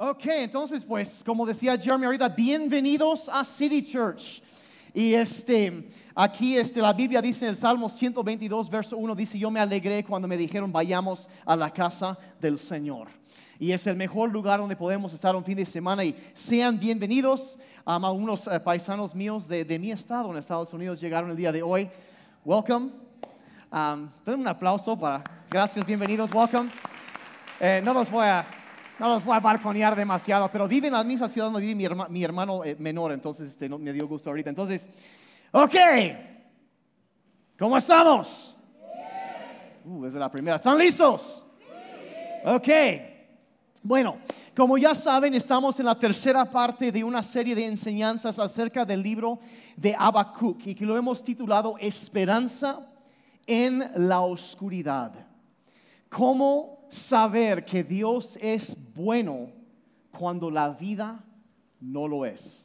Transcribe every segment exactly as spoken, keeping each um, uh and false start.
Ok, entonces pues como decía Jeremy ahorita, bienvenidos a City Church. Y este, aquí este, la Biblia dice en el Salmo ciento veintidós, verso uno, dice: yo me alegré cuando me dijeron vayamos a la casa del Señor. Y es el mejor lugar donde podemos estar un fin de semana. Y sean bienvenidos um, a unos uh, paisanos míos de, de mi estado en Estados Unidos. Llegaron el día de hoy. Welcome. Um, den un aplauso para, gracias, bienvenidos, welcome. Eh, no los voy a... No los voy a balconear demasiado, pero viven en la misma ciudad donde vive mi, herma, mi hermano eh, menor, entonces este, no, me dio gusto ahorita. Entonces, ok, ¿cómo estamos? Uh, desde la primera, ¿están listos? Ok, bueno, como ya saben, estamos en la tercera parte de una serie de enseñanzas acerca del libro de Habacuc y que lo hemos titulado Esperanza en la Oscuridad. ¿Cómo saber que Dios es bueno cuando la vida no lo es?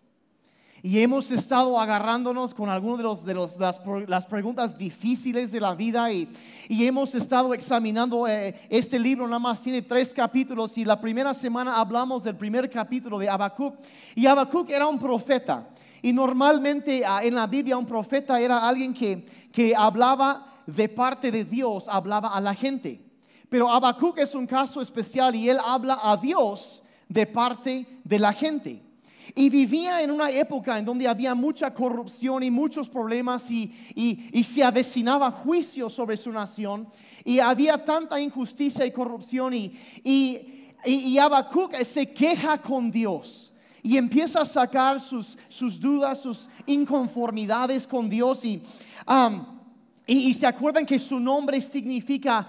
Y hemos estado agarrándonos con algunas de, los, de los, las, las preguntas difíciles de la vida y, y hemos estado examinando eh, este libro. Nada más tiene tres capítulos y la primera semana hablamos del primer capítulo de Habacuc. Y Habacuc era un profeta y normalmente uh, en la Biblia un profeta era alguien que, que hablaba de parte de Dios, hablaba a la gente. Pero Habacuc es un caso especial y él habla a Dios de parte de la gente. Y vivía en una época en donde había mucha corrupción y muchos problemas y, y, y se avecinaba juicio sobre su nación. Y había tanta injusticia y corrupción y, y, y, y Habacuc se queja con Dios. Y empieza a sacar sus, sus dudas, sus inconformidades con Dios. Y, um, y, y se acuerdan que su nombre significa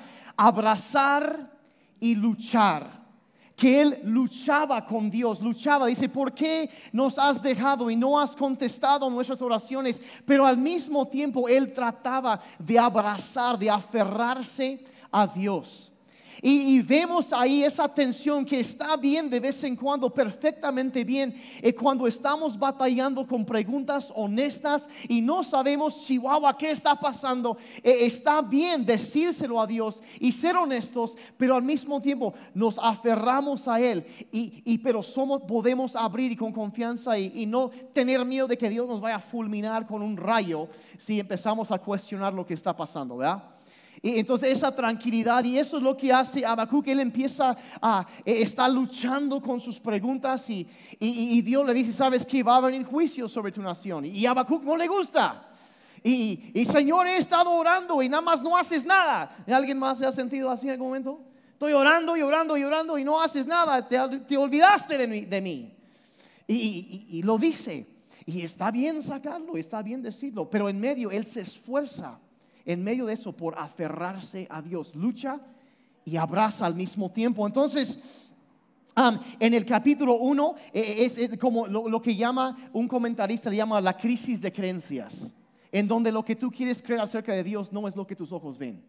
abrazar y luchar, que él luchaba con Dios, luchaba, dice: ¿por qué nos has dejado y no has contestado nuestras oraciones? Pero al mismo tiempo él trataba de abrazar, de aferrarse a Dios. Y, y vemos ahí esa tensión que está bien de vez en cuando, perfectamente bien, eh, cuando estamos batallando con preguntas honestas y no sabemos, Chihuahua, ¿qué está pasando? Eh, está bien decírselo a Dios y ser honestos, pero al mismo tiempo nos aferramos a Él. Y, y pero somos, podemos abrir y con confianza y, y no tener miedo de que Dios nos vaya a fulminar con un rayo si empezamos a cuestionar lo que está pasando, ¿verdad? Y entonces esa tranquilidad, y eso es lo que hace Habacuc. Él empieza a estar luchando con sus preguntas y, y, y Dios le dice: ¿sabes qué? Va a venir juicio sobre tu nación. Y a Habacuc no le gusta. Y, y Señor, he estado orando y nada más no haces nada. ¿Alguien más se ha sentido así en algún momento? Estoy orando y orando y orando y no haces nada. Te, te olvidaste de mí. De mí. Y, y, y lo dice. Y está bien sacarlo, está bien decirlo. Pero en medio él se esfuerza. En medio de eso, por aferrarse a Dios, lucha y abraza al mismo tiempo. Entonces, um, en el capítulo uno, eh, es, es como lo, lo que llama un comentarista, le llama la crisis de creencias, en donde lo que tú quieres creer acerca de Dios no es lo que tus ojos ven.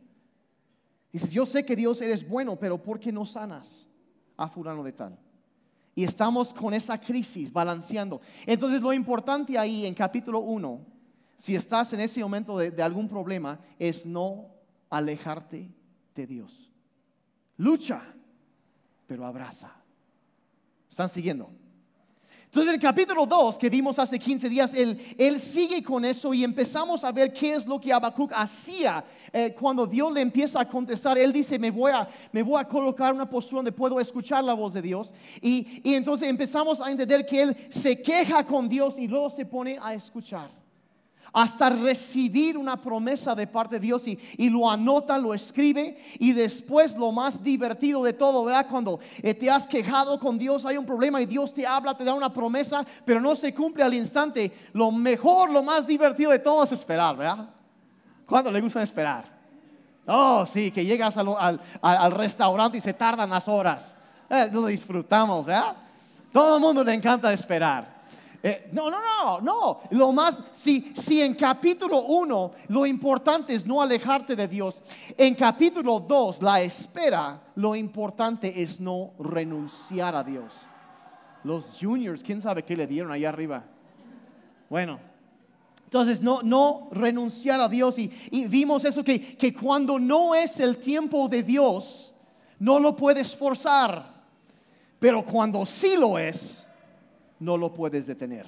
Dices: yo sé que Dios eres bueno, pero ¿por qué no sanas a fulano de tal? Y estamos con esa crisis balanceando. Entonces, lo importante ahí en capítulo uno, si estás en ese momento de, de algún problema, es no alejarte de Dios. Lucha, pero abraza. ¿Están siguiendo? Entonces, en el capítulo dos que vimos hace quince días, él, él sigue con eso y empezamos a ver qué es lo que Habacuc hacía eh, cuando Dios le empieza a contestar. Él dice: me voy a, me voy a colocar en una postura donde puedo escuchar la voz de Dios. Y, y entonces empezamos a entender que él se queja con Dios y luego se pone a escuchar, hasta recibir una promesa de parte de Dios y, y lo anota, lo escribe. Y después lo más divertido de todo, ¿verdad? Cuando eh, te has quejado con Dios, hay un problema y Dios te habla, te da una promesa, pero no se cumple al instante. Lo mejor, lo más divertido de todo es esperar, ¿verdad? ¿Cuánto le gusta esperar? Oh, sí, que llegas al, al, al restaurante y se tardan las horas. Eh, lo disfrutamos, ¿verdad? Todo el mundo le encanta esperar. Eh, no, no, no, no. Lo más, si, si en capítulo uno lo importante es no alejarte de Dios, en capítulo dos, la espera, lo importante es no renunciar a Dios. Los juniors, ¿quién sabe qué le dieron allá arriba? Bueno, entonces no, no renunciar a Dios. Y, y vimos eso, que, que cuando no es el tiempo de Dios, no lo puedes forzar. Pero cuando sí lo es, no lo puedes detener.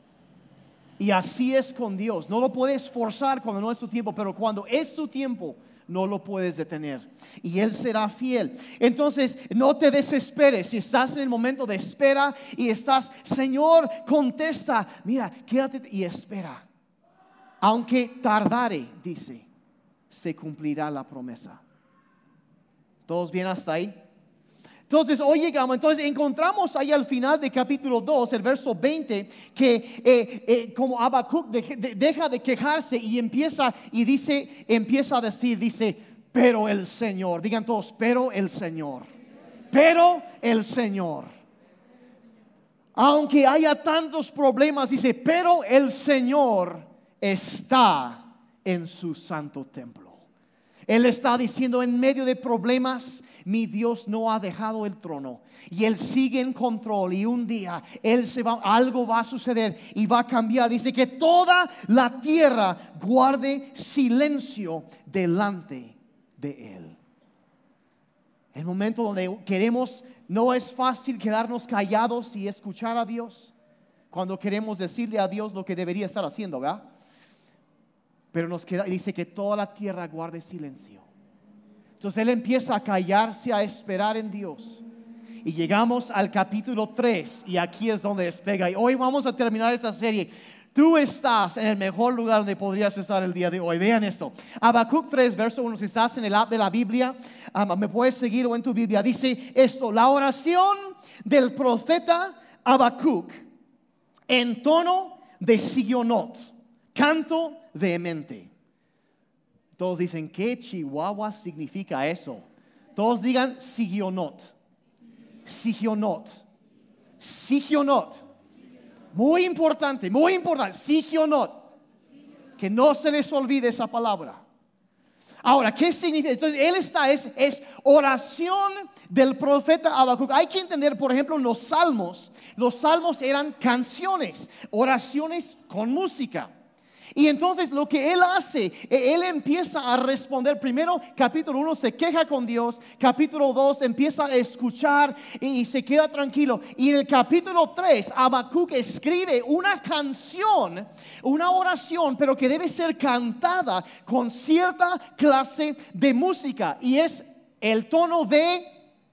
Y así es con Dios. No lo puedes forzar cuando no es su tiempo, pero cuando es su tiempo, no lo puedes detener. Y Él será fiel. Entonces, no te desesperes. Si estás en el momento de espera y estás, Señor, contesta. Mira, quédate y espera. Aunque tardare, dice, se cumplirá la promesa. ¿Todos bien hasta ahí? Entonces hoy llegamos, entonces encontramos ahí al final de capítulo dos, el verso veinte, que eh, eh, como Habacuc de, de, deja de quejarse y empieza y dice, empieza a decir, dice, pero el Señor, digan todos, pero el Señor, pero el Señor. Aunque haya tantos problemas, dice, pero el Señor está en su santo templo. Él está diciendo en medio de problemas, mi Dios no ha dejado el trono y Él sigue en control y un día Él se va, algo va a suceder y va a cambiar. Dice que toda la tierra guarde silencio delante de Él. El momento donde queremos, no es fácil quedarnos callados y escuchar a Dios cuando queremos decirle a Dios lo que debería estar haciendo, ¿verdad? Pero nos queda, dice que toda la tierra guarde silencio. Entonces Él empieza a callarse, a esperar en Dios. Y llegamos al capítulo tres y aquí es donde despega. Y hoy vamos a terminar esta serie. Tú estás en el mejor lugar donde podrías estar el día de hoy. Vean esto. Habacuc tres, verso uno. Si estás en el app de la Biblia, um, me puedes seguir o en tu Biblia. Dice esto: la oración del profeta Habacuc en tono de Sigionot, canto vehemente. Todos dicen, ¿qué chihuahua significa eso? Todos digan Sigionot. Sigionot. Sigionot. Muy importante, muy importante. Sigionot. Que no se les olvide esa palabra. Ahora, ¿qué significa? Entonces, él está, es, es oración del profeta Habacuc. Hay que entender, por ejemplo, los salmos. Los salmos eran canciones, oraciones con música. Y entonces lo que él hace, él empieza a responder. Primero, capítulo uno se queja con Dios. Capítulo dos empieza a escuchar y, y se queda tranquilo. Y en el capítulo tres, Habacuc escribe una canción, una oración, pero que debe ser cantada con cierta clase de música. Y es el tono de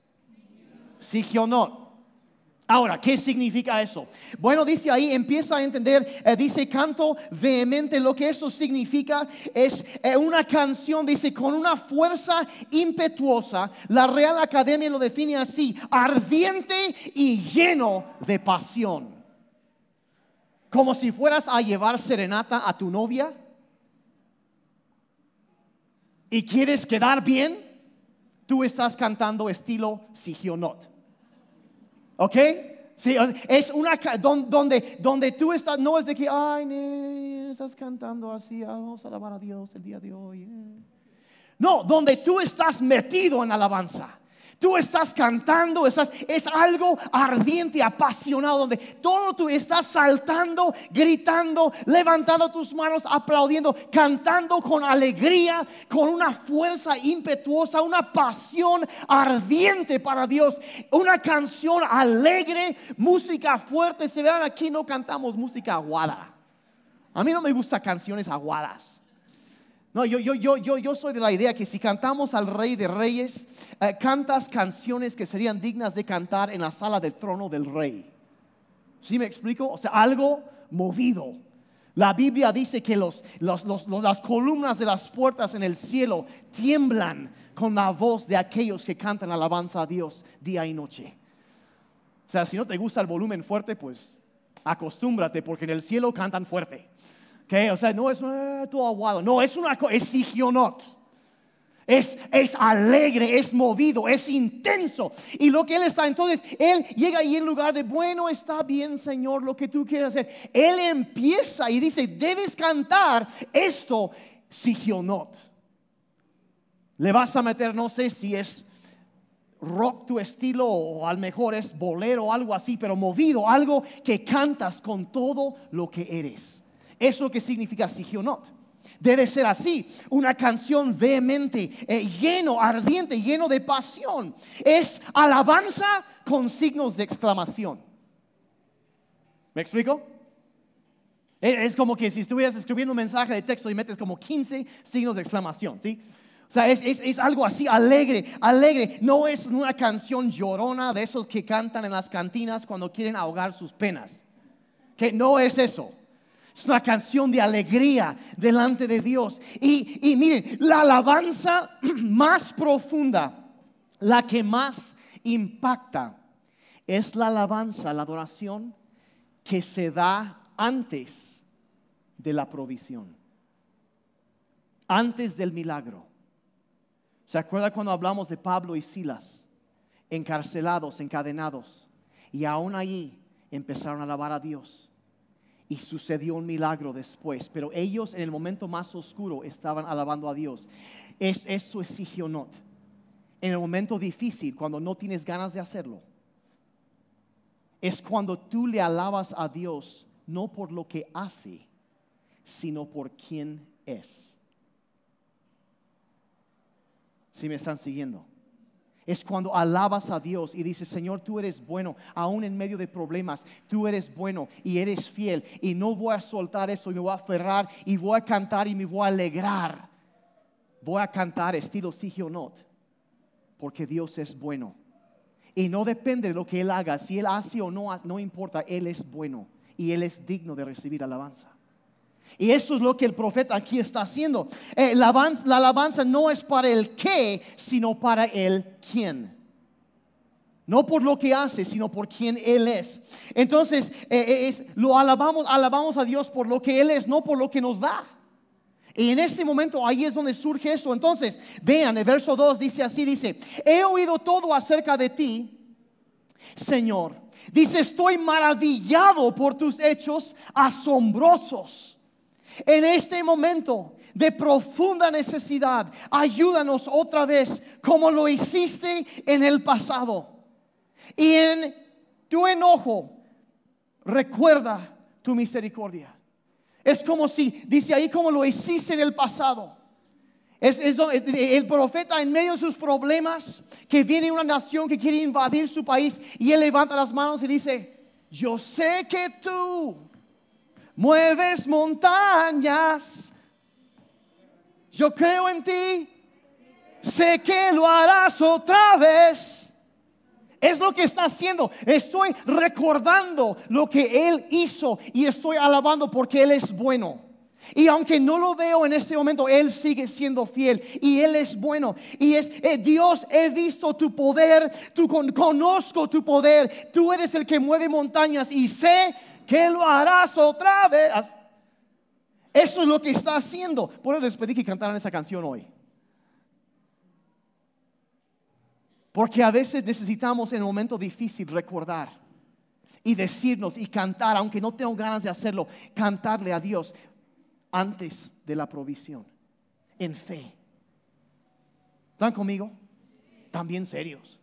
Sigionot. Ahora, ¿qué significa eso? Bueno, dice ahí, empieza a entender, eh, dice canto vehemente. Lo que eso significa es eh, una canción, dice, con una fuerza impetuosa. La Real Academia lo define así: ardiente y lleno de pasión. Como si fueras a llevar serenata a tu novia y quieres quedar bien, tú estás cantando estilo Sigionot. ¿Ok? Sí, es una donde, donde tú estás, no es de que, ay, ne, estás cantando así, vamos a alabar a Dios el día de hoy. Eh. No, donde tú estás metido en alabanza. Tú estás cantando, estás, es algo ardiente, apasionado, donde todo tú estás saltando, gritando, levantando tus manos, aplaudiendo, cantando con alegría, con una fuerza impetuosa, una pasión ardiente para Dios, una canción alegre, música fuerte. Se verán, aquí no cantamos música aguada. A mí no me gustan canciones aguadas. No, yo, yo, yo, yo, yo soy de la idea que si cantamos al Rey de Reyes, eh, cantas canciones que serían dignas de cantar en la sala del trono del Rey. ¿Sí me explico? O sea, algo movido. La Biblia dice que los, los, los, los, las columnas de las puertas en el cielo tiemblan con la voz de aquellos que cantan alabanza a Dios día y noche. O sea, si no te gusta el volumen fuerte, pues acostúmbrate, porque en el cielo cantan fuerte. Okay, o sea, no es eh, todo aguado, no, es una es Sigionot. Es, es alegre, es movido, es intenso. Y lo que él está, entonces, él llega ahí en lugar de, bueno, está bien, Señor, lo que tú quieres hacer. Él empieza y dice, debes cantar esto, Sigionot. Le vas a meter, no sé si es rock tu estilo o a lo mejor es bolero o algo así, pero movido, algo que cantas con todo lo que eres. Eso es lo que significa Sigionot. Debe ser así, una canción vehemente, eh, lleno, ardiente, lleno de pasión. Es alabanza con signos de exclamación. ¿Me explico? Es como que si estuvieras escribiendo un mensaje de texto y metes como quince signos de exclamación, ¿sí? O sea, es, es, es algo así alegre, alegre. No es una canción llorona de esos que cantan en las cantinas cuando quieren ahogar sus penas. Que no es eso. Es una canción de alegría delante de Dios. Y, y miren, la alabanza más profunda, la que más impacta, es la alabanza, la adoración que se da antes de la provisión, antes del milagro. ¿Se acuerda cuando hablamos de Pablo y Silas, encarcelados, encadenados, y aún ahí empezaron a alabar a Dios? Y sucedió un milagro después, pero ellos en el momento más oscuro estaban alabando a Dios. Es, eso es sigionot. En el momento difícil, cuando no tienes ganas de hacerlo, es cuando tú le alabas a Dios, no por lo que hace, sino por quién es. ¿Sí me están siguiendo? Es cuando alabas a Dios y dices, Señor, tú eres bueno, aún en medio de problemas, tú eres bueno y eres fiel, y no voy a soltar eso, y me voy a aferrar y voy a cantar y me voy a alegrar. Voy a cantar estilo sigionot, porque Dios es bueno. Y no depende de lo que Él haga, si Él hace o no, no importa, Él es bueno y Él es digno de recibir alabanza. Y eso es lo que el profeta aquí está haciendo. Eh, la, alabanza, la alabanza no es para el qué, sino para el quién. No por lo que hace, sino por quién Él es. Entonces, eh, es, lo alabamos, alabamos a Dios por lo que Él es, no por lo que nos da. Y en ese momento ahí es donde surge eso. Entonces, vean, el verso dos dice así, dice, he oído todo acerca de ti, Señor. Dice, estoy maravillado por tus hechos asombrosos. En este momento de profunda necesidad, ayúdanos otra vez como lo hiciste en el pasado. Y en tu enojo, recuerda tu misericordia. Es como si, dice ahí, como lo hiciste en el pasado. Es, es, el profeta en medio de sus problemas, que viene una nación que quiere invadir su país, y él levanta las manos y dice, yo sé que tú mueves montañas, yo creo en ti, sé que lo harás otra vez. Es lo que está haciendo. Estoy recordando lo que Él hizo y estoy alabando porque Él es bueno. Y aunque no lo veo en este momento, Él sigue siendo fiel y Él es bueno. Y es, eh, Dios, he visto tu poder, tú con, conozco tu poder, tú eres el que mueve montañas y sé que lo harás otra vez. Eso es lo que está haciendo. Por eso les pedí que cantaran esa canción hoy. Porque a veces necesitamos en un momento difícil recordar y decirnos y cantar, aunque no tengo ganas de hacerlo, cantarle a Dios antes de la provisión, en fe. ¿Están conmigo? También serios.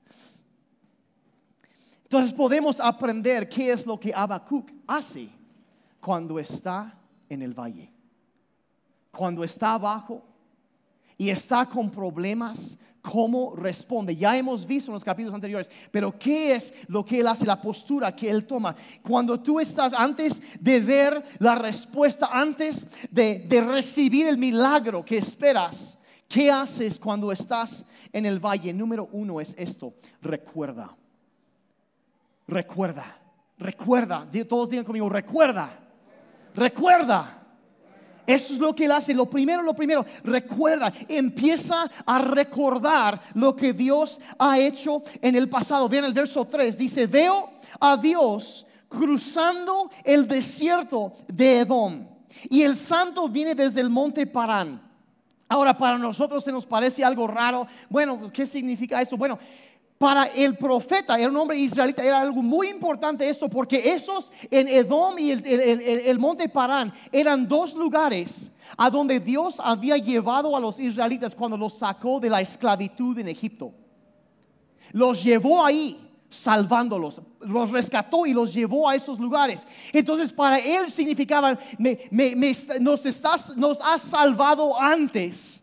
Entonces podemos aprender qué es lo que Habacuc hace cuando está en el valle. Cuando está abajo y está con problemas, ¿cómo responde? Ya hemos visto en los capítulos anteriores, pero ¿qué es lo que él hace? La postura que él toma. Cuando tú estás, antes de ver la respuesta, antes de, de recibir el milagro que esperas, ¿qué haces cuando estás en el valle? Número uno es esto: recuerda. Recuerda, recuerda. Todos digan conmigo, recuerda, recuerda. Eso es lo que él hace. Lo primero, lo primero, recuerda, empieza a recordar lo que Dios ha hecho en el pasado. Vean el verso tres, dice, veo a Dios cruzando el desierto de Edom, y el santo viene desde el monte Parán. Ahora, para nosotros se nos parece algo raro. Bueno, ¿qué significa eso? Bueno, para el profeta, era un hombre israelita, era algo muy importante eso, porque esos en Edom y el, el, el, el monte Parán eran dos lugares a donde Dios había llevado a los israelitas cuando los sacó de la esclavitud en Egipto. Los llevó ahí, salvándolos, los rescató y los llevó a esos lugares. Entonces para él significaba, me, me, me, nos, estás, nos has salvado antes.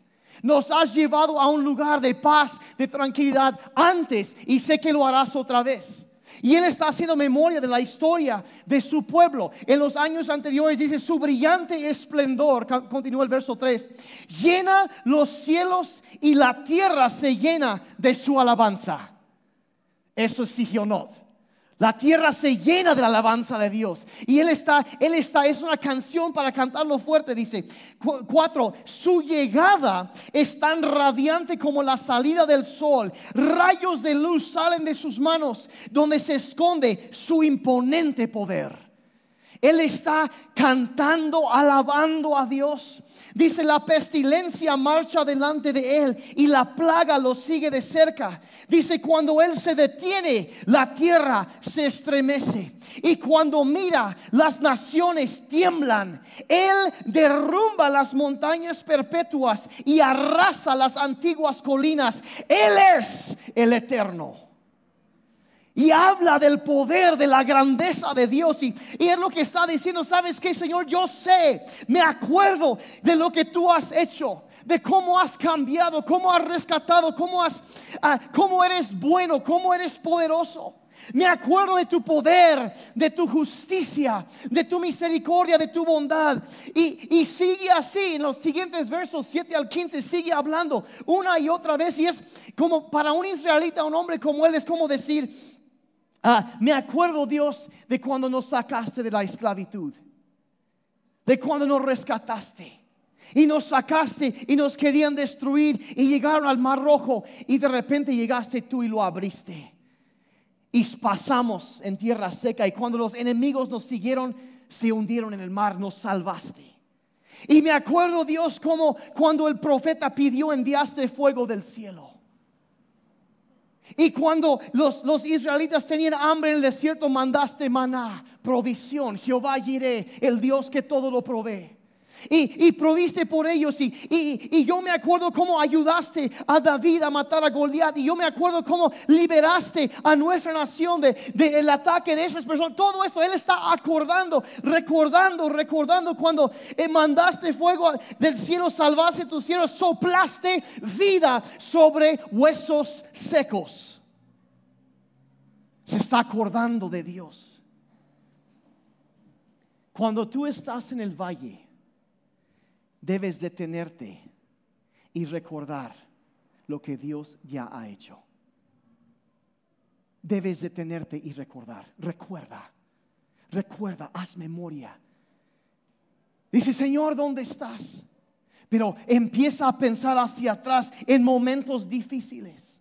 Nos has llevado a un lugar de paz, de tranquilidad antes y sé que lo harás otra vez. Y Él está haciendo memoria de la historia de su pueblo. En los años anteriores dice, su brillante esplendor, continúa el verso tres, llena los cielos y la tierra se llena de su alabanza. Eso es Sigionot. La tierra se llena de la alabanza de Dios. Y Él está, Él está, es una canción para cantarlo fuerte, dice. Cuatro, su llegada es tan radiante como la salida del sol. Rayos de luz salen de sus manos, donde se esconde su imponente poder. Él está cantando, alabando a Dios. Dice, la pestilencia marcha delante de Él y la plaga lo sigue de cerca. Dice, cuando Él se detiene, la tierra se estremece. Y cuando mira, las naciones tiemblan. Él derrumba las montañas perpetuas y arrasa las antiguas colinas. Él es el Eterno. Y habla del poder, de la grandeza de Dios. Y, y es lo que está diciendo. ¿Sabes qué, Señor? Yo sé, me acuerdo de lo que tú has hecho, de cómo has cambiado, cómo has rescatado, cómo, has, uh, cómo eres bueno, cómo eres poderoso. Me acuerdo de tu poder, de tu justicia, de tu misericordia, de tu bondad. Y, y sigue así en los siguientes versos siete al quince. Sigue hablando una y otra vez. Y es como para un israelita, un hombre como él, es como decir... Ah, me acuerdo, Dios, de cuando nos sacaste de la esclavitud, de cuando nos rescataste y nos sacaste y nos querían destruir y llegaron al Mar Rojo y de repente llegaste tú y lo abriste y pasamos en tierra seca y cuando los enemigos nos siguieron se hundieron en el mar, nos salvaste. Y me acuerdo, Dios, como cuando el profeta pidió, enviaste fuego del cielo. Y cuando los, los israelitas tenían hambre en el desierto, mandaste maná, provisión. Jehová Jireh, el Dios que todo lo provee. Y, y proviste por ellos. Y, y, y yo me acuerdo cómo ayudaste a David a matar a Goliat. Y yo me acuerdo cómo liberaste a nuestra nación del de, de ataque de esas personas. Todo esto Él está acordando, recordando, recordando cuando eh, mandaste fuego del cielo, salvaste tus cielos, soplaste vida sobre huesos secos. Se está acordando de Dios. Cuando tú estás en el valle, debes detenerte y recordar lo que Dios ya ha hecho. Debes detenerte y recordar. Recuerda, recuerda, haz memoria. Dice, Señor, ¿dónde estás? Pero empieza a pensar hacia atrás en momentos difíciles.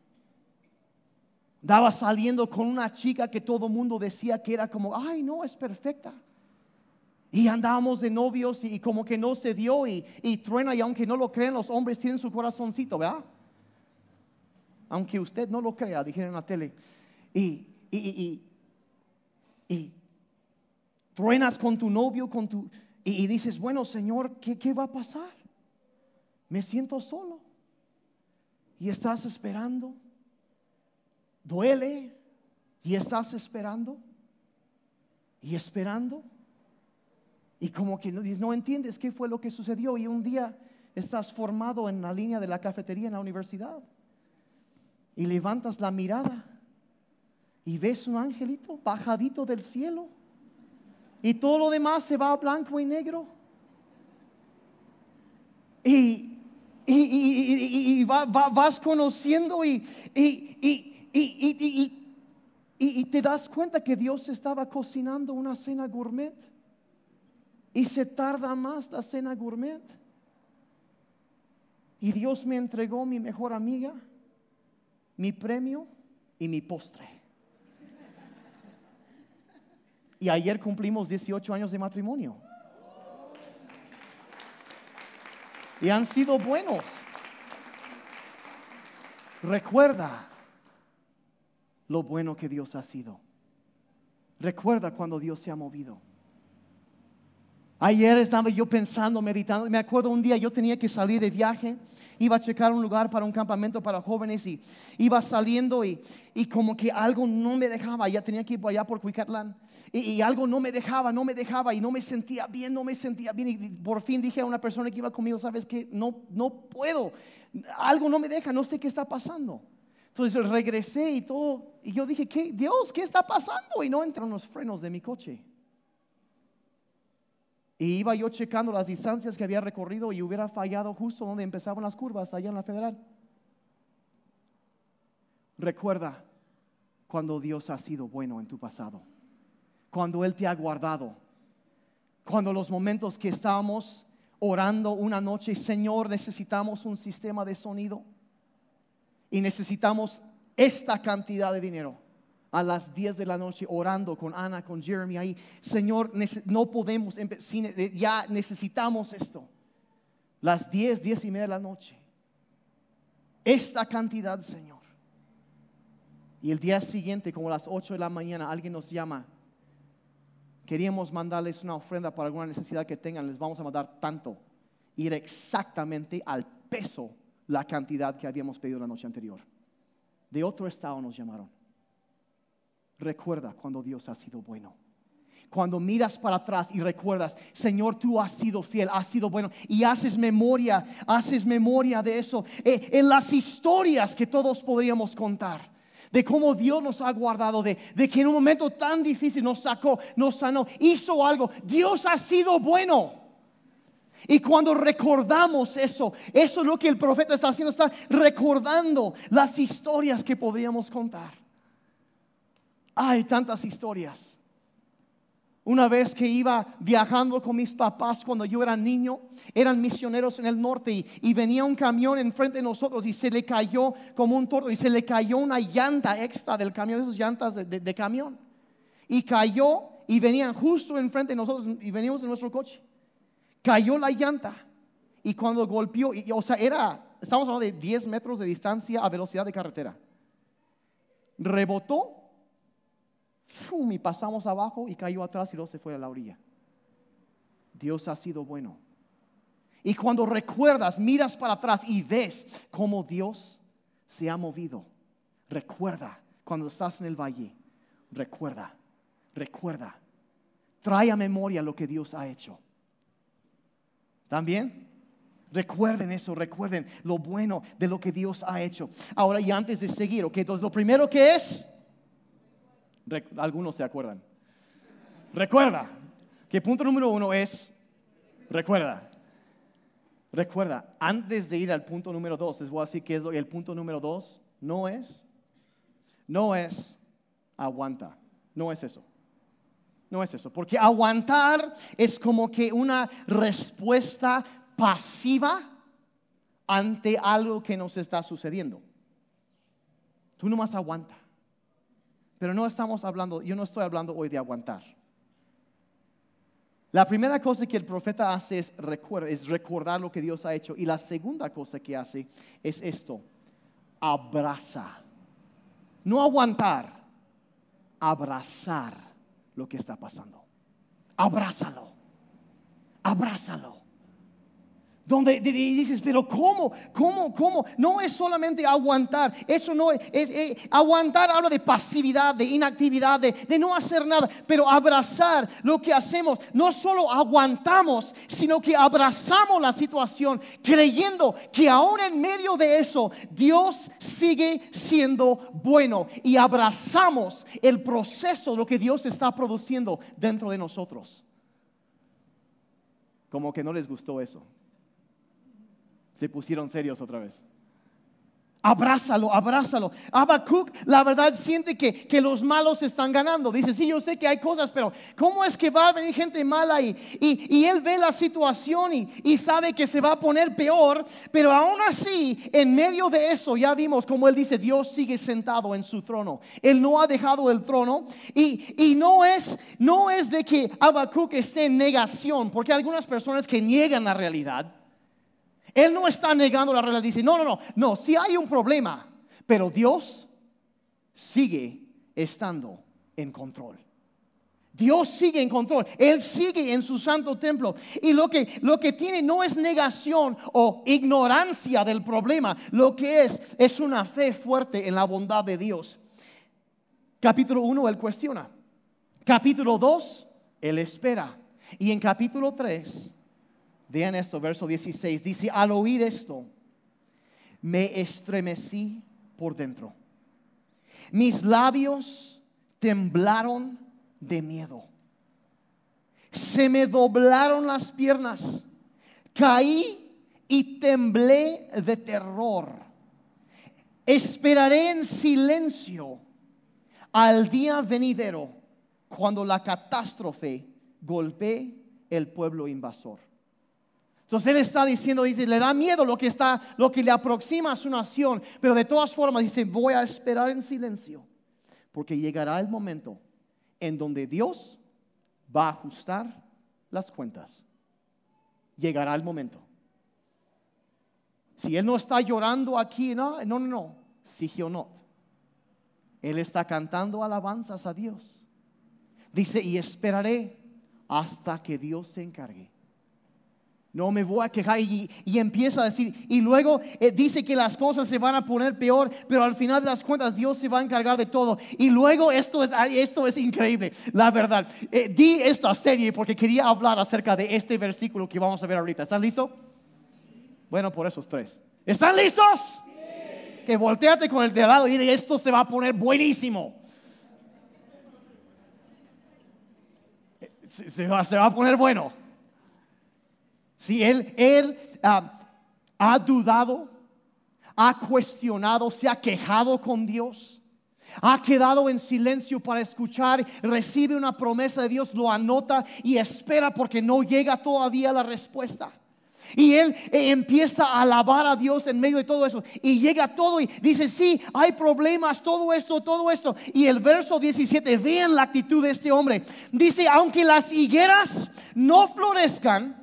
Estaba saliendo con una chica que todo el mundo decía que era como, ay, no, es perfecta. Y andábamos de novios y, y como que no se dio y, y truena. Y aunque no lo crean, los hombres tienen su corazoncito, ¿verdad? Aunque usted no lo crea, dijeron en la tele. Y, y, y, y, y truenas con tu novio, con tu, y, y dices, bueno, Señor, ¿qué, ¿qué va a pasar? Me siento solo. Y estás esperando. Duele. Y estás esperando. Y esperando. Y como que no, no entiendes qué fue lo que sucedió. Y un día estás formado en la línea de la cafetería en la universidad. Y levantas la mirada. Y ves un angelito bajadito del cielo. Y todo lo demás se va a blanco y negro. Y, y, y, y, y va, va, vas conociendo y, y, y, y, y, y, y te das cuenta que Dios estaba cocinando una cena gourmet. Y se tarda más la cena gourmet. Y Dios me entregó mi mejor amiga, mi premio y mi postre. Y ayer cumplimos dieciocho años de matrimonio. Y han sido buenos. Recuerda lo bueno que Dios ha sido. Recuerda cuando Dios se ha movido. Ayer estaba yo pensando, meditando. Me acuerdo un día yo tenía que salir de viaje. Iba a checar un lugar para un campamento para jóvenes y iba saliendo y, y como que algo no me dejaba. Ya tenía que ir por allá por Cuicatlán y, y algo no me dejaba, no me dejaba y no me sentía bien, no me sentía bien. Y por fin dije a una persona que iba conmigo, ¿sabes qué? No, no puedo. Algo no me deja, no sé qué está pasando. Entonces regresé y todo. Y yo dije, ¿qué? Dios, ¿qué está pasando? Y no entran los frenos de mi coche. Y iba yo checando las distancias que había recorrido y hubiera fallado justo donde empezaban las curvas, allá en la Federal. Recuerda cuando Dios ha sido bueno en tu pasado, cuando Él te ha guardado, cuando los momentos que estábamos orando una noche, Señor, necesitamos un sistema de sonido y necesitamos esta cantidad de dinero. A las diez de la noche orando con Ana, con Jeremy ahí, Señor, no podemos, ya necesitamos esto. Las diez, diez y media de la noche. Esta cantidad, Señor. Y el día siguiente, como a las ocho de la mañana, alguien nos llama. Queríamos mandarles una ofrenda para alguna necesidad que tengan, les vamos a mandar tanto. Y era exactamente al peso la cantidad que habíamos pedido la noche anterior. De otro estado nos llamaron. Recuerda cuando Dios ha sido bueno. Cuando miras para atrás y recuerdas, Señor, tú has sido fiel, has sido bueno. Y haces memoria, haces memoria de eso. Eh, en las historias que todos podríamos contar. De cómo Dios nos ha guardado. De, de que en un momento tan difícil nos sacó, nos sanó, hizo algo. Dios ha sido bueno. Y cuando recordamos eso, eso es lo que el profeta está haciendo. Está recordando las historias que podríamos contar. Hay tantas historias. Una vez que iba viajando con mis papás cuando yo era niño, eran misioneros en el norte y, y venía un camión enfrente de nosotros y se le cayó como un tordo y se le cayó una llanta extra del camión, de esas llantas de, de, de camión. Y cayó y venían justo enfrente de nosotros y veníamos en nuestro coche. Cayó la llanta y cuando golpeó, y, o sea, era, estamos hablando de diez metros de distancia a velocidad de carretera. Rebotó. ¡Fum! Y pasamos abajo y cayó atrás y luego se fue a la orilla. Dios ha sido bueno. Y cuando recuerdas, miras para atrás y ves cómo Dios se ha movido. Recuerda cuando estás en el valle. Recuerda, recuerda. Trae a memoria lo que Dios ha hecho. ¿También? Recuerden eso, recuerden lo bueno de lo que Dios ha hecho. Ahora, y antes de seguir, ok, entonces lo primero que es... Algunos se acuerdan. Recuerda. Que punto número uno es recuerda. Recuerda. Antes de ir al punto número dos, les voy a decir que es lo, el punto número dos no es, no es aguanta. No es eso. No es eso. Porque aguantar es como que una respuesta pasiva ante algo que nos está sucediendo. Tú nomás aguanta. Pero no estamos hablando, yo no estoy hablando hoy de aguantar. La primera cosa que el profeta hace es, recuerda, es recordar lo que Dios ha hecho. Y la segunda cosa que hace es esto, abraza. No aguantar, abrazar lo que está pasando. Abrázalo, abrázalo. Donde dices, pero ¿cómo? ¿Cómo? ¿Cómo? No es solamente aguantar. Eso no es, es, es aguantar habla de pasividad, de inactividad, de, de no hacer nada. Pero abrazar lo que hacemos, no solo aguantamos, sino que abrazamos la situación, creyendo que aún en medio de eso, Dios sigue siendo bueno. Y abrazamos el proceso, lo que Dios está produciendo dentro de nosotros. Como que no les gustó eso. Se pusieron serios otra vez. Abrázalo, abrázalo. Habacuc, la verdad, siente que, que los malos están ganando. Dice, sí, yo sé que hay cosas, pero ¿cómo es que va a venir gente mala? Y, y, y él ve la situación y, y sabe que se va a poner peor. Pero aún así, en medio de eso, ya vimos como él dice, Dios sigue sentado en su trono. Él no ha dejado el trono. Y, y no, es, no es de que Habacuc esté en negación, porque hay algunas personas que niegan la realidad. Él no está negando la realidad. Dice, no, no, no, no, sí hay un problema, pero Dios sigue estando en control. Dios sigue en control. Él sigue en su santo templo. Y lo que, lo que tiene no es negación o ignorancia del problema. Lo que es, es una fe fuerte en la bondad de Dios. Capítulo uno, Él cuestiona. Capítulo dos, Él espera. Y en capítulo tres, vean esto, verso dieciséis. Dice, al oír esto, me estremecí por dentro. Mis labios temblaron de miedo. Se me doblaron las piernas. Caí y temblé de terror. Esperaré en silencio al día venidero, cuando la catástrofe golpee el pueblo invasor. Entonces él está diciendo, dice, le da miedo lo que está, lo que le aproxima a su nación, pero de todas formas dice, voy a esperar en silencio, porque llegará el momento en donde Dios va a ajustar las cuentas. Llegará el momento. Si él no está llorando aquí, no, no, no, no. Sigionot. Él está cantando alabanzas a Dios. Dice, y esperaré hasta que Dios se encargue. No me voy a quejar. Y, y empieza a decir, y luego eh, dice que las cosas se van a poner peor, pero al final de las cuentas Dios se va a encargar de todo. Y luego esto es, esto es increíble, la verdad. Eh, di esta serie porque quería hablar acerca de este versículo que vamos a ver ahorita. ¿Están listos? Bueno, por esos tres. ¿Están listos? Sí. Que volteate con el de al lado y dile, esto se va a poner buenísimo. Se, se, va, se va a poner bueno. Si él, él uh, ha dudado, ha cuestionado, se ha quejado con Dios, ha quedado en silencio para escuchar, recibe una promesa de Dios, lo anota y espera porque no llega todavía la respuesta. Y él eh, empieza a alabar a Dios en medio de todo eso. Y llega todo y dice, sí, hay problemas, todo esto, todo esto. Y el verso diecisiete, vean la actitud de este hombre. Dice, aunque las higueras no florezcan,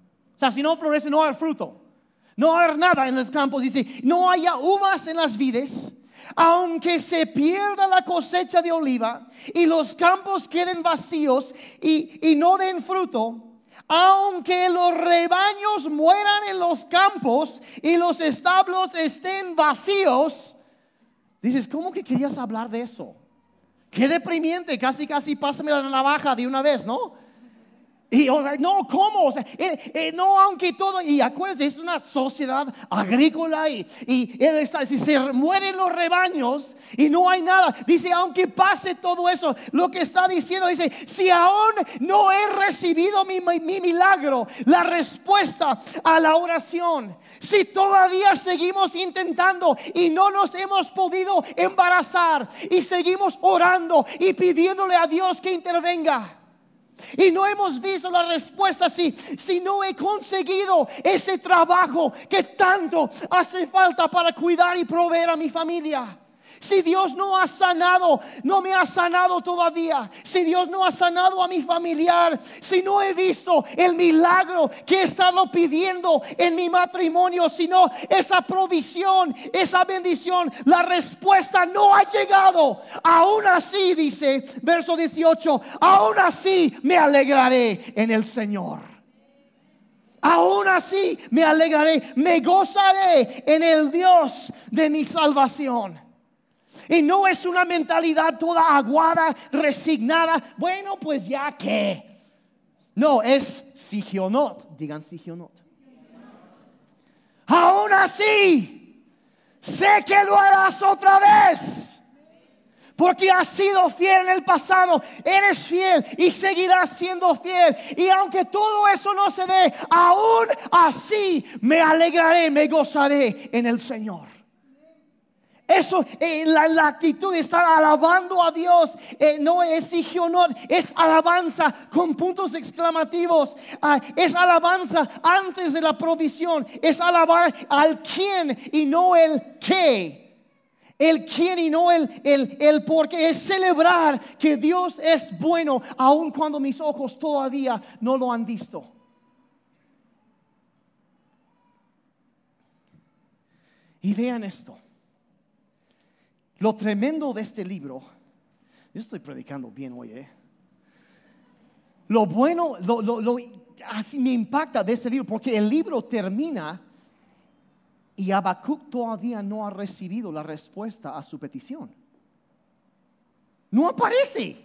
o sea, si no florece, no va a haber fruto, no va a haber nada en los campos. Dice, no haya uvas en las vides, aunque se pierda la cosecha de oliva y los campos queden vacíos y, y no den fruto, aunque los rebaños mueran en los campos y los establos estén vacíos. Dices, ¿cómo que querías hablar de eso? Qué deprimente, casi casi pásame la navaja de una vez, ¿no? Y no, ¿cómo? O sea, eh, eh, no, aunque todo, y acuérdense, es una sociedad agrícola y, y él está, si se mueren los rebaños y no hay nada, dice, aunque pase todo eso, lo que está diciendo, dice, si aún no he recibido mi, mi, mi milagro, la respuesta a la oración, si todavía seguimos intentando y no nos hemos podido embarazar y seguimos orando y pidiéndole a Dios que intervenga, y no hemos visto la respuesta, si, si no he conseguido ese trabajo que tanto hace falta para cuidar y proveer a mi familia, si Dios no ha sanado, no me ha sanado todavía, si Dios no ha sanado a mi familiar, si no he visto el milagro que he estado pidiendo en mi matrimonio, sino esa provisión, esa bendición, la respuesta no ha llegado. Aún así, dice verso dieciocho, aún así me alegraré en el Señor. Aún así me alegraré, me gozaré en el Dios de mi salvación. Y no es una mentalidad toda aguada, resignada. Bueno, pues ya que. No, es sigionot. Digan sigionot. Aún así, sé que lo harás otra vez. Porque has sido fiel en el pasado, eres fiel y seguirás siendo fiel. Y aunque todo eso no se dé, aún así me alegraré, me gozaré en el Señor. Eso, eh, la, la actitud de estar alabando a Dios, eh, no es sigionot, es alabanza con puntos exclamativos. Ah, es alabanza antes de la provisión, es alabar al quién y no el qué. El quién y no el, el, el por qué. Es celebrar que Dios es bueno, aun cuando mis ojos todavía no lo han visto. Y vean esto. Lo tremendo de este libro, yo estoy predicando bien hoy, ¿eh? lo bueno, lo, lo, lo, así me impacta de ese libro, porque el libro termina y Habacuc todavía no ha recibido la respuesta a su petición. No aparece.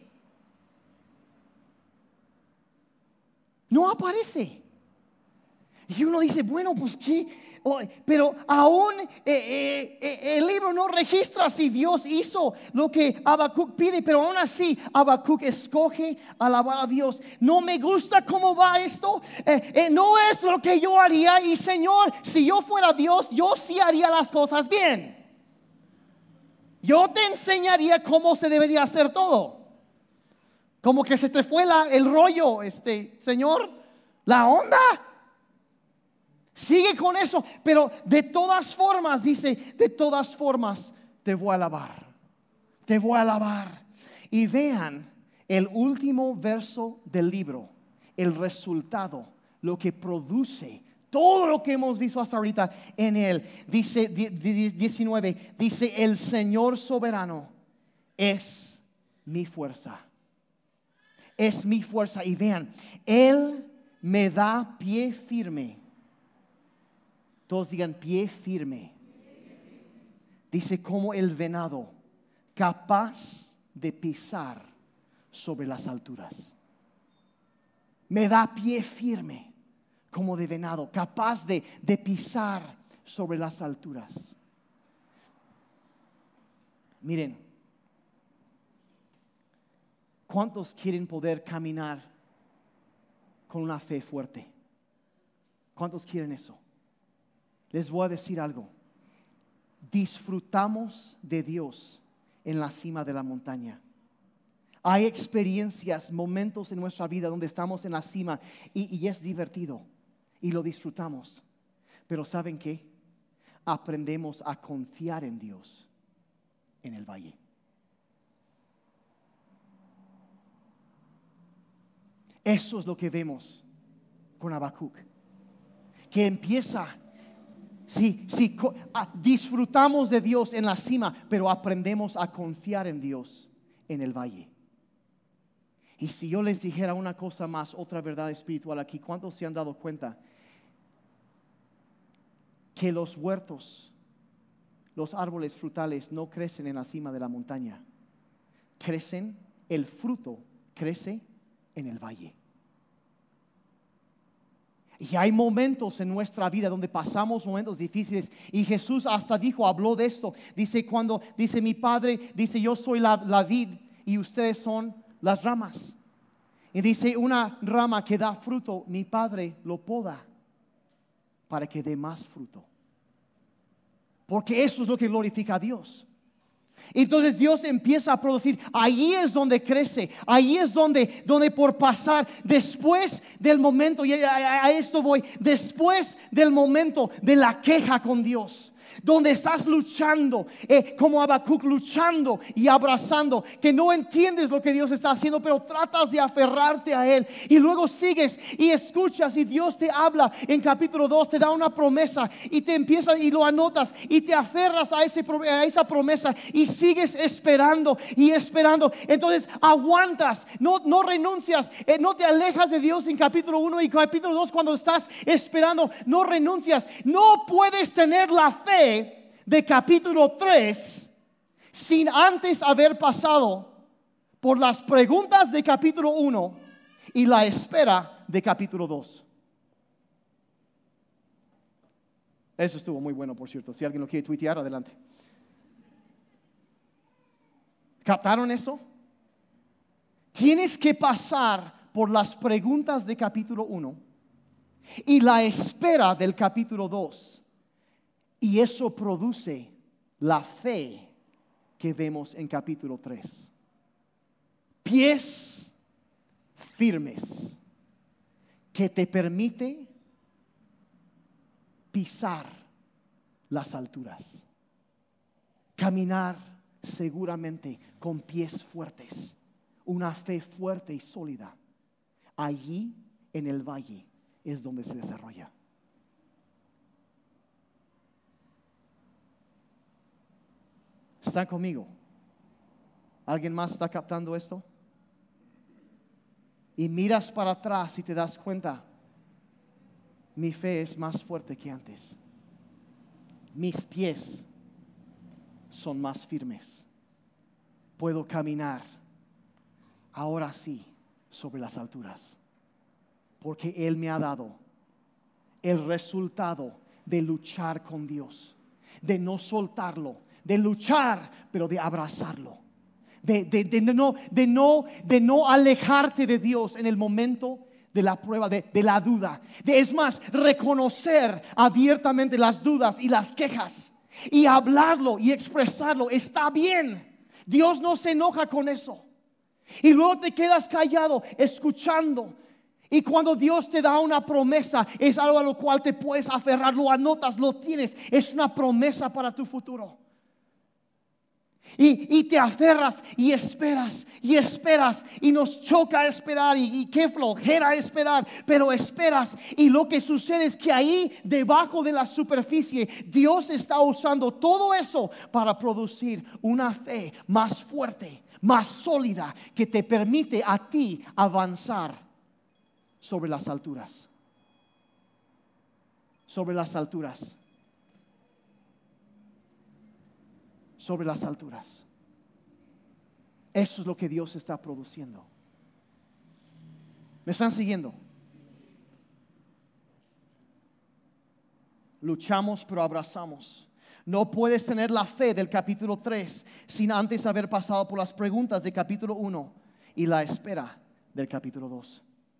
No aparece. Y uno dice, bueno, pues qué. Oh, pero aún eh, eh, eh, el libro no registra si Dios hizo lo que Habacuc pide, pero aún así Habacuc escoge alabar a Dios. No me gusta cómo va esto, eh, eh, no es lo que yo haría. Y Señor, si yo fuera Dios, yo sí haría las cosas bien. Yo te enseñaría cómo se debería hacer todo. Como que se te fue la, el rollo, este Señor, la onda. Sigue con eso, pero de todas formas, dice, de todas formas te voy a alabar, te voy a alabar. Y vean el último verso del libro, el resultado, lo que produce, todo lo que hemos visto hasta ahorita en él. Dice diecinueve, dice, el Señor soberano es mi fuerza, es mi fuerza. Y vean, Él me da pie firme. Todos digan pie firme. Dice como el venado, capaz de pisar sobre las alturas. Me da pie firme como de venado, capaz de, de pisar sobre las alturas. Miren, ¿cuántos quieren poder caminar con una fe fuerte? ¿Cuántos quieren eso? Les voy a decir algo. Disfrutamos de Dios en la cima de la montaña. Hay experiencias, momentos en nuestra vida donde estamos en la cima y, y es divertido y lo disfrutamos. Pero ¿saben qué? Aprendemos a confiar en Dios en el valle. Eso es lo que vemos con Habacuc, que empieza. Sí, sí, disfrutamos de Dios en la cima, pero aprendemos a confiar en Dios en el valle. Y si yo les dijera una cosa más, otra verdad espiritual aquí, ¿cuántos se han dado cuenta que los huertos, los árboles frutales no crecen en la cima de la montaña? Crecen, el fruto crece en el valle. Y hay momentos en nuestra vida donde pasamos momentos difíciles. Y Jesús hasta dijo, habló de esto. Dice cuando, dice mi Padre, dice yo soy la, la vid y ustedes son las ramas. Y dice una rama que da fruto, mi Padre lo poda para que dé más fruto. Porque eso es lo que glorifica a Dios. Entonces Dios empieza a producir. Ahí es donde crece. Ahí es donde, donde por pasar después del momento, y a, a esto voy, después del momento de la queja con Dios, donde estás luchando, eh, como Habacuc, luchando y abrazando, que no entiendes lo que Dios está haciendo, pero tratas de aferrarte a Él, y luego sigues y escuchas y Dios te habla en capítulo dos, te da una promesa y te empiezas y lo anotas y te aferras a, ese, a esa promesa y sigues esperando y esperando. Entonces aguantas, no, no renuncias, eh, no te alejas de Dios en capítulo uno y capítulo dos. Cuando estás esperando, no renuncias. No puedes tener la fe de capítulo tres sin antes haber pasado por las preguntas de capítulo uno y la espera de capítulo dos. Eso estuvo muy bueno, por cierto. Si alguien lo quiere tuitear, adelante. ¿Captaron eso? Tienes que pasar por las preguntas de capítulo uno y la espera del capítulo dos. Y eso produce la fe que vemos en capítulo tres. Pies firmes que te permite pisar las alturas. Caminar seguramente con pies fuertes. Una fe fuerte y sólida. Allí en el valle es donde se desarrolla. ¿Están conmigo? ¿Alguien más está captando esto? y miras para atrás y te das cuenta, mi fe es más fuerte que antes. Mis pies son más firmes. Puedo caminar ahora sí sobre las alturas, porque Él me ha dado el resultado de luchar con Dios, de no soltarlo, de luchar, pero de abrazarlo, de, de, de, no, de, no, de no alejarte de Dios en el momento de la prueba, de, de la duda, de, es más, reconocer abiertamente las dudas y las quejas y hablarlo y expresarlo. Está bien, Dios no se enoja con eso. Y luego te quedas callado escuchando. Y cuando Dios te da una promesa, es algo a lo cual te puedes aferrar, lo anotas, lo tienes. Es una promesa para tu futuro. Y, y te aferras y esperas y esperas, y nos choca esperar, y, y qué flojera esperar, pero esperas. Y lo que sucede es que ahí debajo de la superficie Dios está usando todo eso para producir una fe más fuerte, más sólida, que te permite a ti avanzar sobre las alturas. Sobre las alturas. Sobre las alturas. Eso es lo que Dios está produciendo. ¿Me están siguiendo? Luchamos pero abrazamos. No puedes tener la fe del capítulo tres sin antes haber pasado por las preguntas del capítulo uno y la espera del capítulo dos.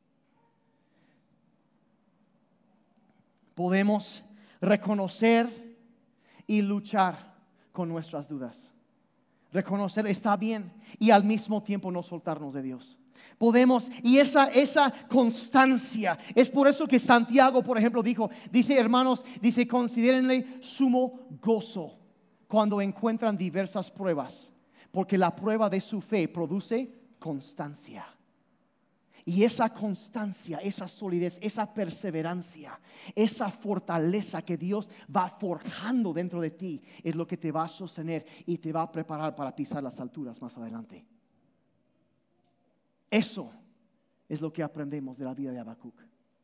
Podemos reconocer y luchar con nuestras dudas. Reconocer está bien y al mismo tiempo no soltarnos de Dios. Podemos, y esa, esa constancia, es por eso que Santiago, por ejemplo, dijo, dice, hermanos, dice, considérenle sumo gozo cuando encuentran diversas pruebas, porque la prueba de su fe produce constancia. Y esa constancia, esa solidez, esa perseverancia, esa fortaleza que Dios va forjando dentro de ti es lo que te va a sostener y te va a preparar para pisar las alturas más adelante. Eso es lo que aprendemos de la vida de Habacuc.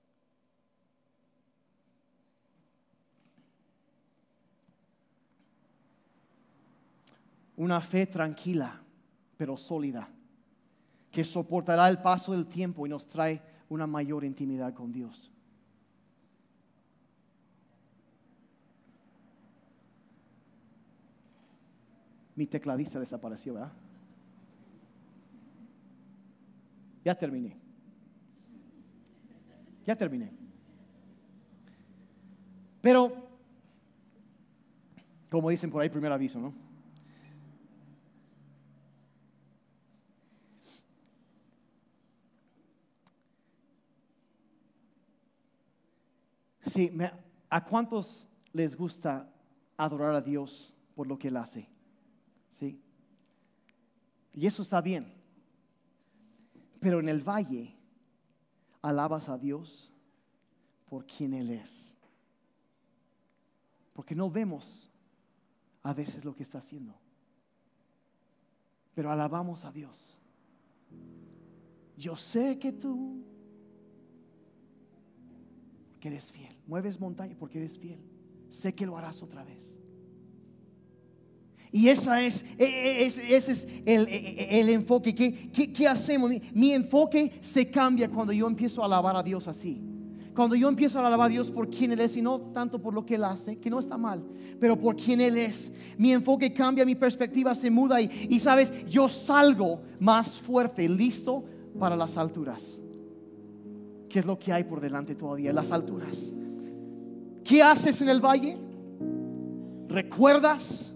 Una fe tranquila pero sólida, que soportará el paso del tiempo y nos trae una mayor intimidad con Dios. Mi tecladista desapareció, ¿verdad? Ya terminé. Ya terminé. Pero, como dicen por ahí, primer aviso, ¿no? Sí, me, ¿a cuántos les gusta adorar a Dios por lo que Él hace? Sí. Y eso está bien. Pero en el valle alabas a Dios por quien Él es. Porque no vemos a veces lo que está haciendo. Pero alabamos a Dios. Yo sé que tú, que eres fiel. Mueves montaña porque eres fiel. Sé que lo harás otra vez. Y esa es, ese es, es el, el enfoque. ¿Qué, qué, qué hacemos? Mi, mi enfoque se cambia cuando yo empiezo a alabar a Dios así. Cuando yo empiezo a alabar a Dios por quien Él es y no tanto por lo que Él hace, que no está mal, pero por quien Él es. Mi enfoque cambia, mi perspectiva se muda y, y sabes, yo salgo más fuerte, listo para las alturas. ¿Qué es lo que hay por delante todavía? Las alturas. ¿Qué haces en el valle? ¿Recuerdas?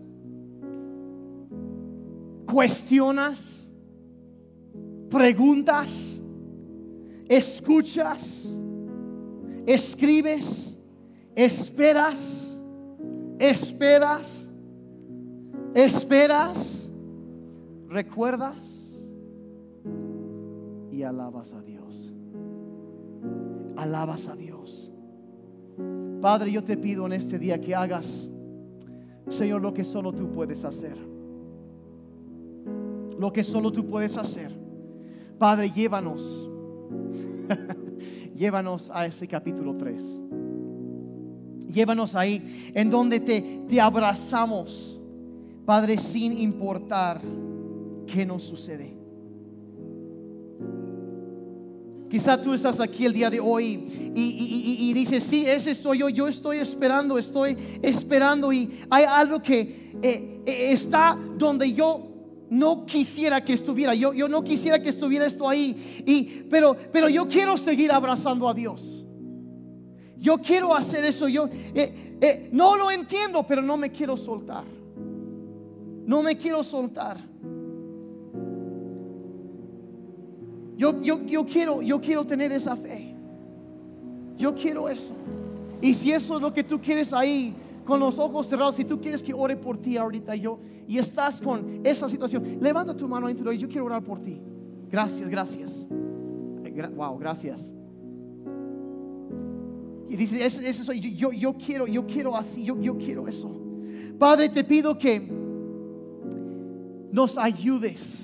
¿Cuestionas? ¿Preguntas? ¿Escuchas? ¿Escribes? ¿Esperas? ¿Esperas? ¿Esperas? ¿Recuerdas? Y alabas a Dios. Alabas a Dios. Padre, yo te pido en este día que hagas, Señor, lo que solo tú puedes hacer. Lo que solo tú puedes hacer. Padre, llévanos Llévanos a ese capítulo tres. Llévanos ahí en donde te, te abrazamos, Padre, sin importar qué nos sucede. Quizá tú estás aquí el día de hoy y, y, y, y dices, sí, ese soy yo, yo estoy esperando, estoy esperando y hay algo que eh, eh, está donde yo no quisiera que estuviera, yo, yo no quisiera que estuviera esto ahí, y, pero, pero yo quiero seguir abrazando a Dios. Yo quiero hacer eso, yo eh, eh, no lo entiendo, pero no me quiero soltar. No me quiero soltar. Yo, yo, yo, quiero, yo quiero tener esa fe. Yo quiero eso. Y si eso es lo que tú quieres ahí, con los ojos cerrados, si tú quieres que ore por ti ahorita, yo, y estás con esa situación, levanta tu mano y yo quiero orar por ti. Gracias, gracias. Wow, gracias. Y dice, eso, eso soy, yo, yo quiero, yo quiero así, yo, yo quiero eso. Padre, te pido que nos ayudes.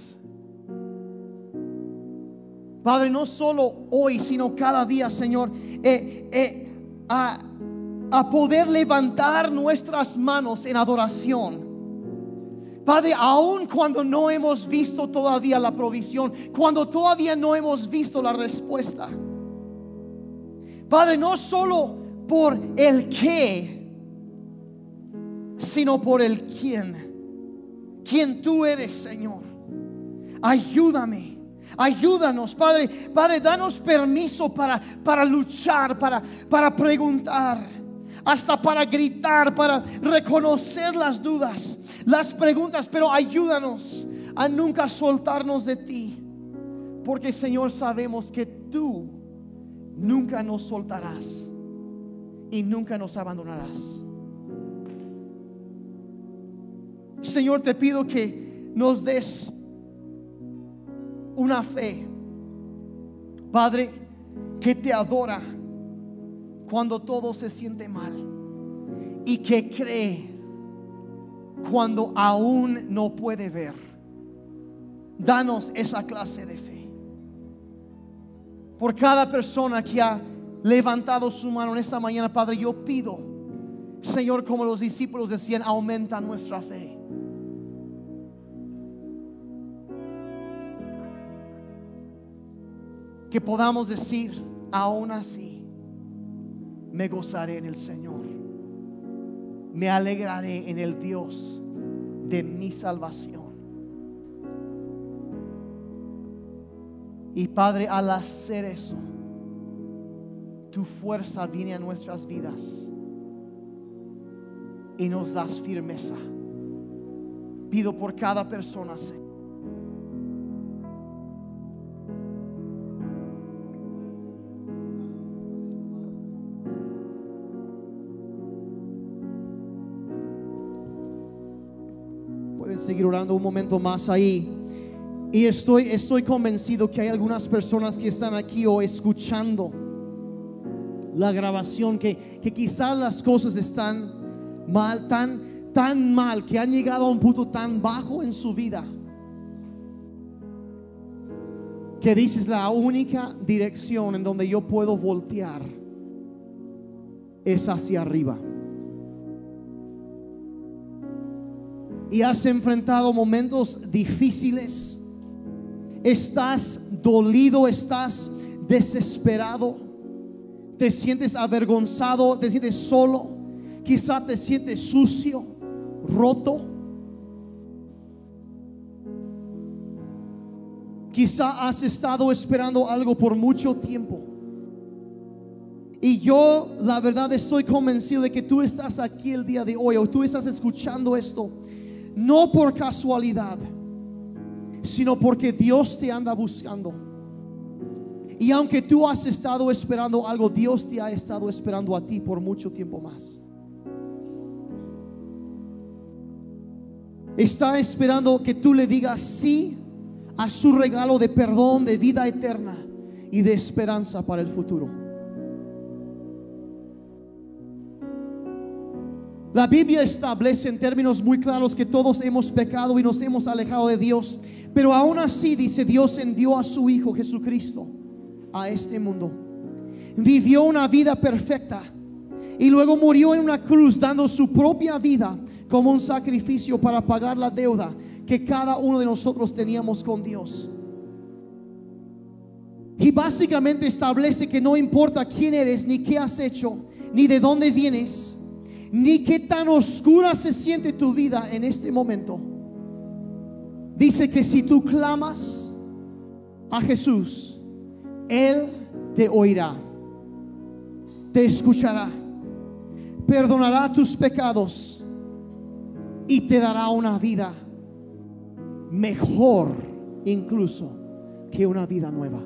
Padre, no solo hoy, sino cada día, Señor, eh, eh, a, a poder levantar nuestras manos en adoración. Padre, aun cuando no hemos visto todavía la provisión, cuando todavía no hemos visto la respuesta. Padre, no solo por el qué, sino por el quién. Quien tú eres, Señor. Ayúdame. Ayúdanos, Padre. Padre, danos permiso para, para luchar, para, para preguntar, hasta para gritar, para reconocer las dudas, las preguntas. Pero ayúdanos a nunca soltarnos de ti, porque, Señor, sabemos que tú nunca nos soltarás y nunca nos abandonarás. Señor, te pido que nos des una fe, Padre, que te adora cuando todo se siente mal y que cree cuando aún no puede ver. Danos esa clase de fe. Por cada persona que ha levantado su mano en esta mañana, Padre, yo pido, Señor, como los discípulos decían, aumenta nuestra fe. Que podamos decir, aún así, me gozaré en el Señor, me alegraré en el Dios de mi salvación. Y Padre, al hacer eso, tu fuerza viene a nuestras vidas y nos das firmeza. Pido por cada persona, Señor. Seguir orando un momento más ahí. Y estoy, estoy convencido que hay algunas personas que están aquí o escuchando la grabación que, que quizás las cosas están mal, tan, tan mal, que han llegado a un punto tan bajo en su vida que dices, la única dirección en donde yo puedo voltear es hacia arriba. Y has enfrentado momentos difíciles, estás dolido, estás desesperado, te sientes avergonzado, te sientes solo, quizá te sientes sucio, roto. Quizá has estado esperando algo por mucho tiempo. Y yo, la verdad, estoy convencido de que tú estás aquí el día de hoy, o tú estás escuchando esto, no por casualidad, sino porque Dios te anda buscando. Y aunque tú has estado esperando algo, Dios te ha estado esperando a ti por mucho tiempo más. Está esperando que tú le digas sí a su regalo de perdón, de vida eterna y de esperanza para el futuro. La Biblia establece en términos muy claros que todos hemos pecado y nos hemos alejado de Dios, pero aún así, dice, Dios envió a su Hijo Jesucristo a este mundo. Vivió una vida perfecta y luego murió en una cruz dando su propia vida como un sacrificio para pagar la deuda que cada uno de nosotros teníamos con Dios. Y básicamente establece que no importa quién eres, ni qué has hecho, ni de dónde vienes, ni qué tan oscura se siente tu vida en este momento. Dice que si tú clamas a Jesús, Él te oirá, te escuchará, perdonará tus pecados y te dará una vida mejor incluso que una vida nueva.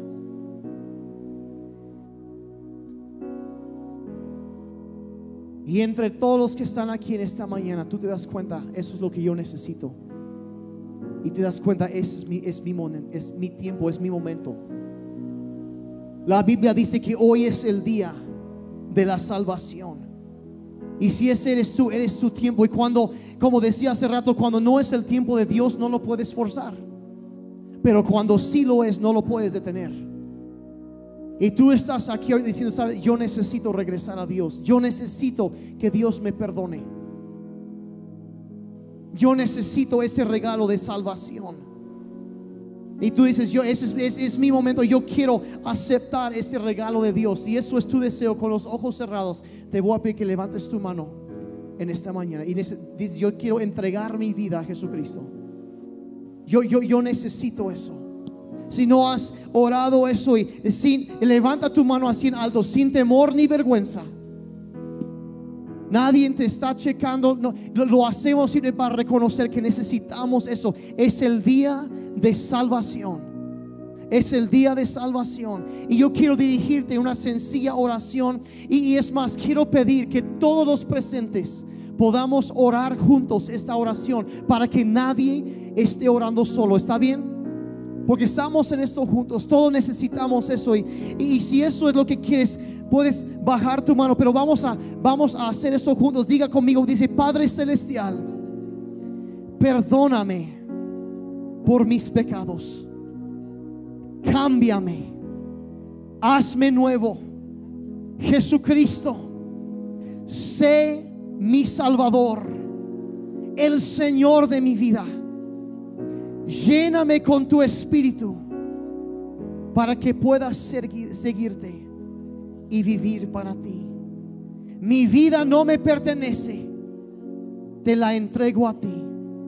Y entre todos los que están aquí en esta mañana, tú te das cuenta, eso es lo que yo necesito. Y te das cuenta, ese es mi, es mi, es mi tiempo, es mi momento. La Biblia dice que hoy es el día de la salvación. Y si ese eres tú, eres tu tiempo. Y cuando, como decía hace rato, cuando no es el tiempo de Dios, no lo puedes forzar. Pero cuando sí lo es, no lo puedes detener. Y tú estás aquí hoy diciendo, ¿sabes? Yo necesito regresar a Dios. Yo necesito que Dios me perdone. Yo necesito ese regalo de salvación. Y tú dices, yo, ese es, es, es mi momento. Yo quiero aceptar ese regalo de Dios. Si eso es tu deseo, con los ojos cerrados, te voy a pedir que levantes tu mano en esta mañana y dices, yo quiero entregar mi vida a Jesucristo. Yo, yo, yo necesito eso. Si no has orado eso, y sin, levanta tu mano así en alto, sin temor ni vergüenza. Nadie te está checando. No, lo, lo hacemos siempre para reconocer que necesitamos eso. Es el día de salvación. Es el día de salvación. Y yo quiero dirigirte una sencilla oración. Y, y es más, quiero pedir que todos los presentes podamos orar juntos esta oración, para que nadie esté orando solo. ¿Está bien? Porque estamos en esto juntos. Todos necesitamos eso. Y, y, y si eso es lo que quieres, puedes bajar tu mano. Pero vamos a, vamos a hacer esto juntos. Diga conmigo, dice: Padre Celestial, perdóname por mis pecados. Cámbiame. Hazme nuevo. Jesucristo, sé mi Salvador, el Señor de mi vida. Lléname con tu espíritu para que pueda seguir, seguirte y vivir para ti. Mi vida no me pertenece, te la entrego a ti.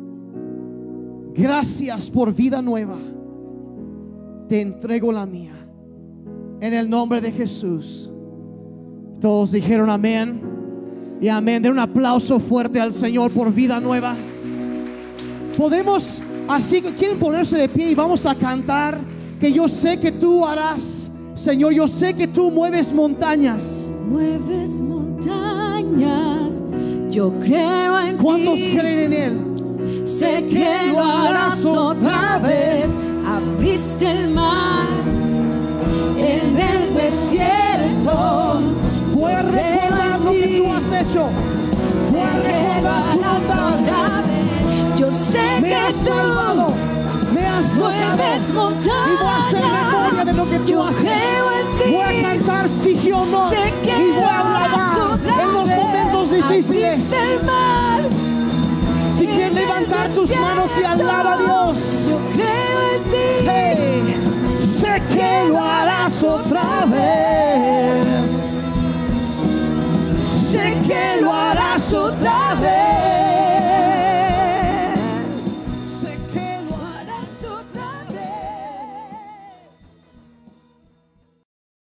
Gracias por vida nueva, te entrego la mía. En el nombre de Jesús. Todos dijeron amén y amén. Den un aplauso fuerte al Señor por vida nueva. Podemos, así que quieren ponerse de pie y vamos a cantar, que yo sé que tú harás, Señor. Yo sé que tú mueves montañas. Mueves montañas, yo creo en ti. ¿Cuántos creen en Él? Sé que lo harás otra vez. Abriste el mar en el desierto. Voy a recordar lo que tú has hecho. Voy a recordar tu bondad. Yo sé Me que has tú salvado, me has mueves tocado, y voy a hacer memoria de lo que tú yo haces. creo en ti. Voy a cantar sí o no, Sé que y voy a lo harás alabar otra en los vez. momentos difíciles. Abriste el mar Si quieres levantar tus manos y alaba a Dios. Yo creo en ti. Hey, sé que lo harás otra vez. Sé que lo harás otra vez.